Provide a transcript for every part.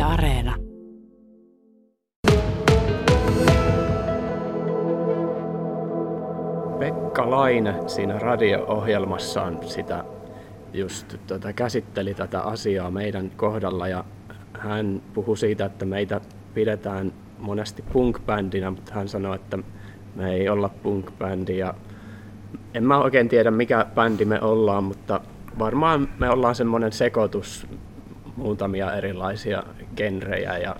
Areena. Pekka Laine siinä radio-ohjelmassaan sitä käsitteli tätä asiaa meidän kohdalla ja hän puhui siitä, että meitä pidetään monesti punk-bändinä, mutta hän sanoi, että me ei olla punk-bändi ja en mä oikein tiedä mikä bändi me ollaan, mutta varmaan me ollaan semmoinen sekoitus muutamia erilaisia genrejä ja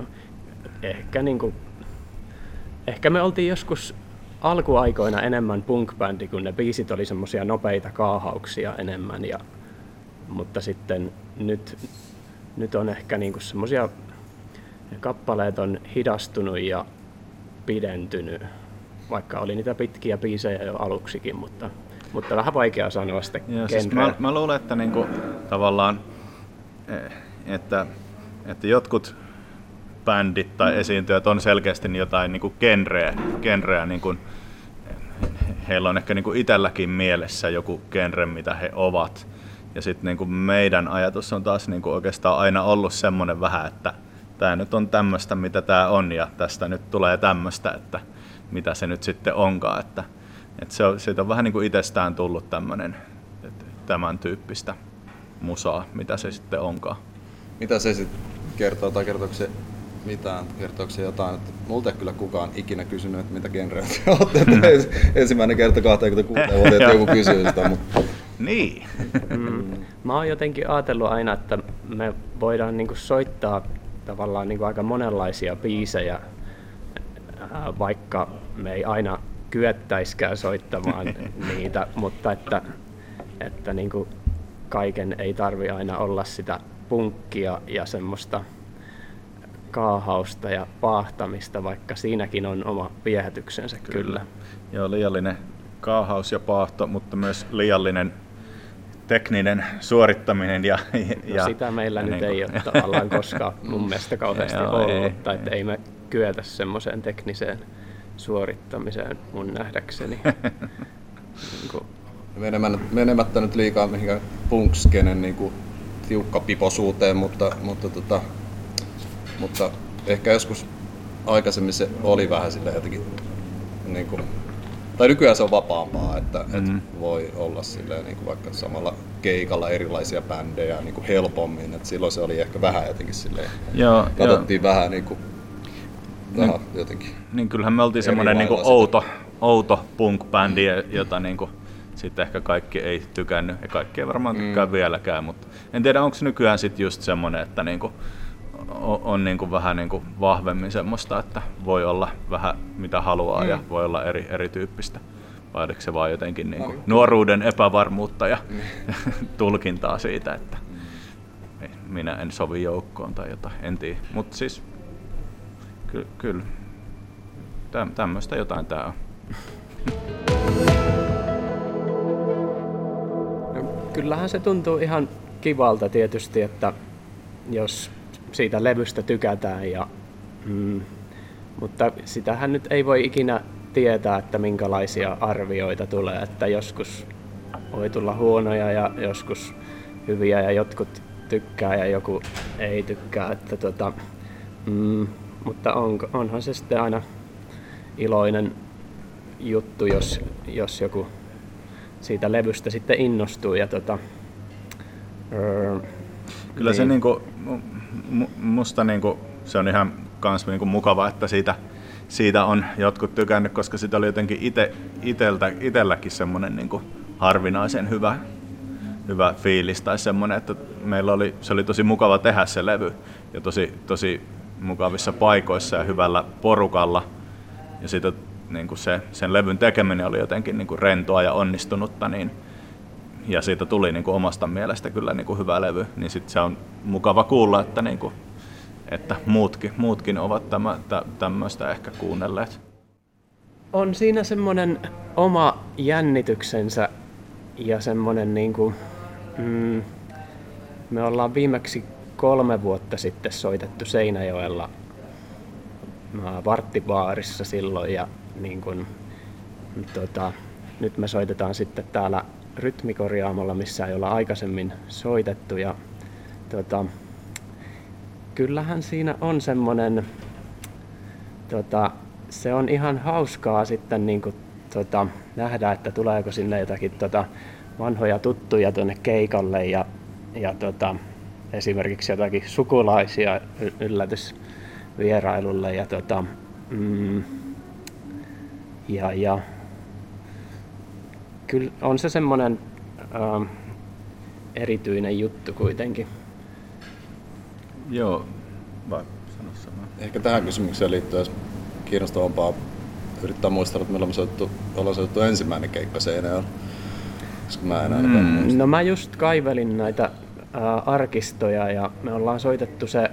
ehkä me oltiin joskus alkuaikoina enemmän punk-bändi, kun ne biisit oli semmoisia nopeita kaahauksia enemmän mutta sitten nyt on ehkä niinku semmoisia kappaleet on hidastunut ja pidentynyt, vaikka oli niitä pitkiä biisejä jo aluksikin, mutta vähän vaikea sanoa sitä genreä. Siis mä luulen, että niinku, tavallaan, että jotkut bändit tai esiintyjät on selkeästi jotain niinku genreä niinku, heillä on ehkä niinku itselläkin mielessä joku genre, mitä he ovat. Ja sitten niinku meidän ajatus on taas niinku oikeastaan aina ollut semmoinen vähän, että tämä nyt on tämmöistä, mitä tämä on, ja tästä nyt tulee tämmöistä, että mitä se nyt sitten onkaan. Että siitä on vähän niin kuin itsestään tullut tämän tyyppistä musaa, mitä se sitten onkaan. Mitä se sitten kertoo, tai kertooko se mitään? Kertooko se jotain? Että multa ei kyllä kukaan ikinä kysynyt, että mitä genreä te olette. Ensimmäinen kerta 26 vuotta, että joku kysyy sitä. Mutta... Niin. Mä oon jotenkin ajatellut aina, että me voidaan niinku soittaa tavallaan niinku aika monenlaisia biisejä, vaikka me ei aina kyettäiskään soittamaan niitä, mutta että niinku kaiken ei tarvi aina olla sitä punkkia ja semmoista kaahausta ja paahtamista, vaikka siinäkin on oma viehätyksensä kyllä. Joo, liiallinen kaahaus ja paahto, mutta myös liiallinen tekninen suorittaminen. Sitä meillä nyt ei ole tavallaan koskaan mun mielestä kauheasti ollut, tai että ei me kyetä semmoiseen tekniseen suorittamiseen mun nähdäkseni. Menemättä nyt liikaa mihinkään punkskenen niin tiukkapiposuuteen, mutta ehkä joskus aikaisemmin se oli vähän sillä jotenkin, niin kuin, tai nykyään se on vapaampaa, että voi olla silleen, niin kuin vaikka samalla keikalla erilaisia bändejä niin kuin helpommin, että silloin se oli ehkä vähän jotenkin silleen, katsottiin vähän niin kuin, jotenkin. Niin kyllähän me oltiin semmoinen niin kuin outo punk-bändi, jota niin kuin sitten ehkä kaikki ei tykännyt ja kaikki ei varmaan tykkää vieläkään, mutta en tiedä onko nykyään sitten just semmoinen, että niinku on niinku vähän niinku vahvemmin semmoista, että voi olla vähän mitä haluaa ja voi olla erityyppistä. Vai oliko se vaan jotenkin niinku nuoruuden epävarmuutta ja tulkintaa siitä, että minä en sovi joukkoon tai jotain, en tiedä. Mutta siis kyllä tämmöistä jotain tää on. Kyllähän se tuntuu ihan kivalta tietysti, että jos siitä levystä tykätään, mutta sitähän nyt ei voi ikinä tietää, että minkälaisia arvioita tulee, että joskus voi tulla huonoja ja joskus hyviä ja jotkut tykkää ja joku ei tykkää, että mutta onhan se sitten aina iloinen juttu, jos joku siitä levystä sitten innostuu ja kyllä se niinku musta niinku se on ihan kans niinku mukava, että siitä on jotkut tykännyt, koska sitä oli jotenkin itselläkin semmoinen niinku harvinaisen hyvä fiilis tai semmoinen, että se oli tosi mukava tehdä se levy ja tosi mukavissa paikoissa ja hyvällä porukalla ja siitä niin kuin sen levyn tekeminen oli jotenkin niin kuin rentoa ja onnistunutta, ja siitä tuli niin kuin omasta mielestä kyllä niin kuin hyvä levy, niin sit se on mukava kuulla, että, niin kuin, että muutkin ovat tämmöistä ehkä kuunnelleet. On siinä semmoinen oma jännityksensä ja semmoinen niin kuin, me ollaan viimeksi 3 vuotta sitten soitettu Seinäjoella Varttibaarissa silloin ja niin kun, nyt me soitetaan sitten täällä Rytmikorjaamolla, missä ei olla aikaisemmin soitettu ja kyllähän siinä on semmoinen, se on ihan hauskaa sitten niinku, nähdä, että tuleeko sinne jotakin vanhoja tuttuja tuonne keikalle ja esimerkiksi jotakin sukulaisia yllätysvierailulle ja kyllä on se semmoinen erityinen juttu kuitenkin. Joo, vai sano samaa. Ehkä tähän kysymykseen liittyen olisi kiinnostavampaa yrittää muistella, että meillä ollaan soitettu ensimmäinen keikka Seinäjoella. Koska mä en ainakaan muista. No mä just kaivelin näitä arkistoja ja me ollaan soitettu se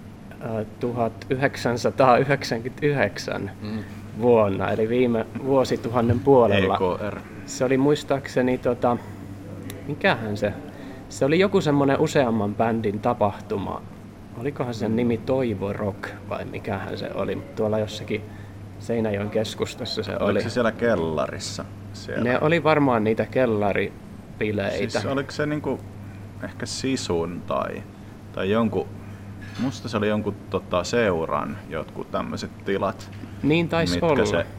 1999 vuonna, eli viime vuosituhannen puolella. EKR. Se oli muistaakseni, mikähän se? Se oli joku semmoinen useamman bändin tapahtuma. Olikohan sen nimi Toivo Rock vai mikähän se oli? Tuolla jossakin Seinäjoen keskustassa se oli. Oliko se siellä kellarissa? Siellä? Ne oli varmaan niitä kellaripileitä. Siis oliko se niinku ehkä Sisun tai jonkun, musta se oli jonkun seuran jotkut tämmöiset tilat. Niin taisi mitkä olla. Se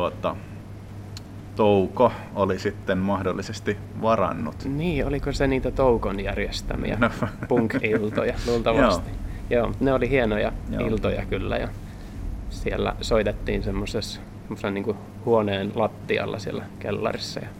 Touko oli sitten mahdollisesti varannut. Niin, oliko se niitä Toukon järjestämiä punk-iltoja luultavasti? Joo, ne oli hienoja iltoja kyllä ja siellä soitettiin semmoisen niinku huoneen lattialla siellä kellarissa ja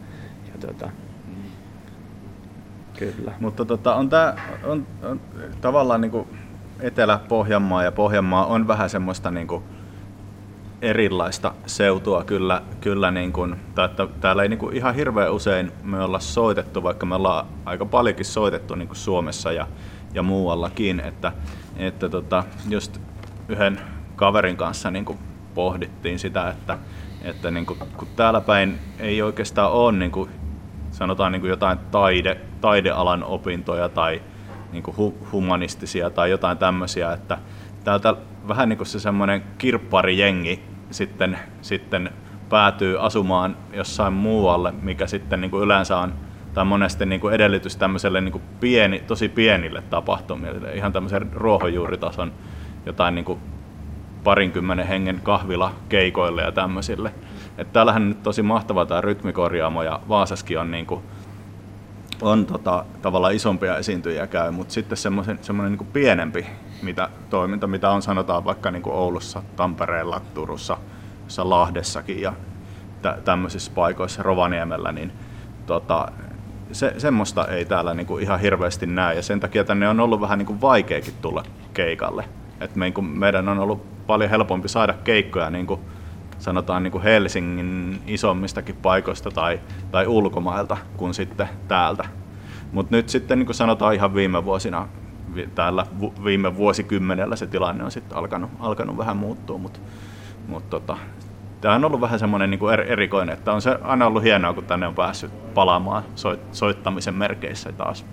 kyllä. Mutta on tavallaan niinku Etelä-Pohjanmaa ja Pohjanmaa on vähän semmoista niinku erilaista seutua kyllä niin kuin, että täällä ei niin kuin ihan hirveän usein me olla soitettu, vaikka me ollaan aika paljonkin soitettu niin kuin Suomessa ja muuallakin, että just yhden kaverin kanssa niin kuin pohdittiin sitä, että niin kuin, kun täällä päin ei oikeastaan ole niin kuin, sanotaan niin kuin jotain taidealan opintoja tai niin kuin humanistisia tai jotain tämmöisiä, että täältä vähän niin kuin se semmoinen kirpparijengi sitten päätyy asumaan jossain muualle, mikä sitten niin kuin yleensä on tai monesti niin kuin edellytys tämmöiselle niin kuin tosi pienille tapahtumille, ihan tämmöisen ruohonjuuritason jotain niin kuin 20 hengen kahvilakeikoille ja tämmöisille. Että täällähän on nyt tosi mahtava tämä rytmikorjaamo ja Vaasaskin on niin kuin tavallaan isompia esiintyjiä käy, mutta sitten semmoinen niin kuin pienempi toiminta, mitä on sanotaan vaikka niin kuin Oulussa, Tampereella, Turussa, Lahdessakin ja tämmöisissä paikoissa, Rovaniemellä, niin semmoista ei täällä niin kuin ihan hirveästi näe ja sen takia tänne on ollut vähän niin kuin vaikeakin tulla keikalle. Et meidän on ollut paljon helpompi saada keikkoja niin kuin sanotaan niin kuin Helsingin isommistakin paikoista tai ulkomailta kuin sitten täältä. Mutta nyt sitten niin kuin sanotaan ihan viime vuosina, täällä viime vuosikymmenellä se tilanne on sitten alkanut vähän muuttua, mutta tämä on ollut vähän semmoinen niin kuin erikoinen, että on se aina ollut hienoa, kun tänne on päässyt palaamaan soittamisen merkeissä taas.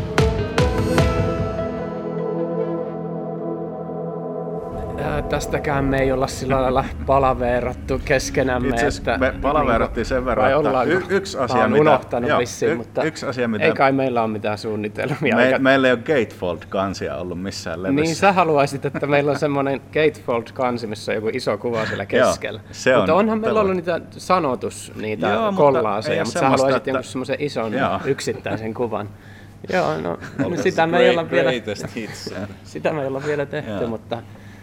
Tästäkään me ei olla sillä lailla palaveerattu keskenämme. Itse asiassa me palaveerattiin sen verran, että yksi asia, yksi asia, mitä ei kai meillä ole mitään suunnitelmia. Meillä ei ole Gatefold-kansia ollut missään levyssä. Niin sä haluaisit, että meillä on semmoinen Gatefold-kansi, missä on joku iso kuva siellä keskellä. Mutta onhan meillä ollut niitä kollaaseja, mutta sä haluaisit jonkun semmoisen ison yksittäisen kuvan. Joo, no sitä me ei olla vielä sitä me ei olla vielä tehty, mutta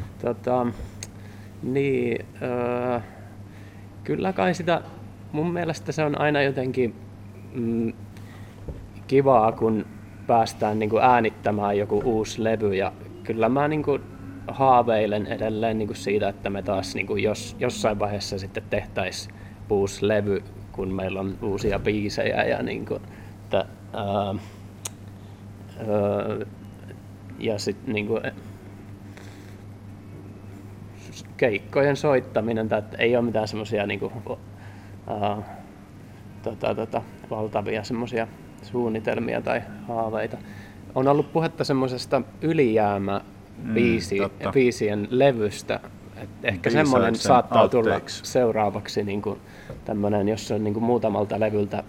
kyllä kai sitä, mun mielestä se on aina jotenkin kivaa, kun päästään niin kuin äänittämään joku uusi levy ja kyllä mä niin kuin haaveilen edelleen niin kuin siitä, että me taas niin kuin jossain vaiheessa sitten tehtäisiin uusi levy, kun meillä on uusia biisejä ja niin kuin, ja sitten niin kuin keikkojen soittaminen, että ei ole mitään semmoisia niinku valtavia semmoisia suunnitelmia tai haaveita. On ollut puhetta semmoisesta ylijäämäbiisien levystä. Ehkä semmoinen saattaa tulla seuraavaksi niinku tämmöinen, jos on niinku muutamalta levyltä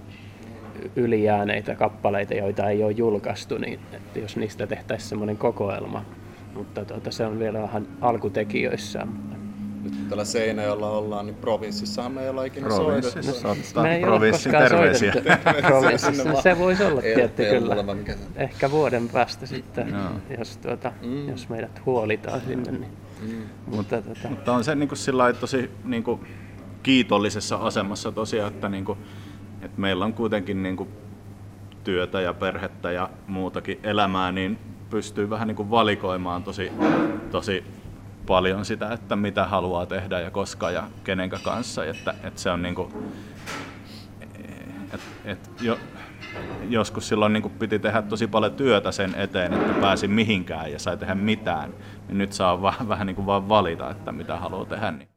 ylijääneitä kappaleita, joita ei ole julkaistu, niin jos niistä tehtäisiin semmoinen kokoelma. mutta se on vielä vähän alkutekijöissään. Nyt tällä Seinäjoella ollaan, niin provinssissahan me ei olla ikinä soitettu. Me ei ole koskaan soitettu provinssissa. Se voisi olla tietty kyllä. Ehkä vuoden päästä sitten, jos meidät huolitaan sinne. Niin. Mutta on se niin kuin sillä tosi niin kuin kiitollisessa asemassa tosiaan, että, niin kuin, että meillä on kuitenkin niin kuin työtä ja perhettä ja muutakin elämää, niin pystyy vähän niin kuin valikoimaan tosi paljon sitä, että mitä haluaa tehdä ja koska ja kenenkä kanssa. Että se on niin kuin, joskus silloin niin kuin piti tehdä tosi paljon työtä sen eteen, että pääsi mihinkään ja sai tehdä mitään. Niin nyt saa vähän niin kuin vaan valita, että mitä haluaa tehdä. Niin.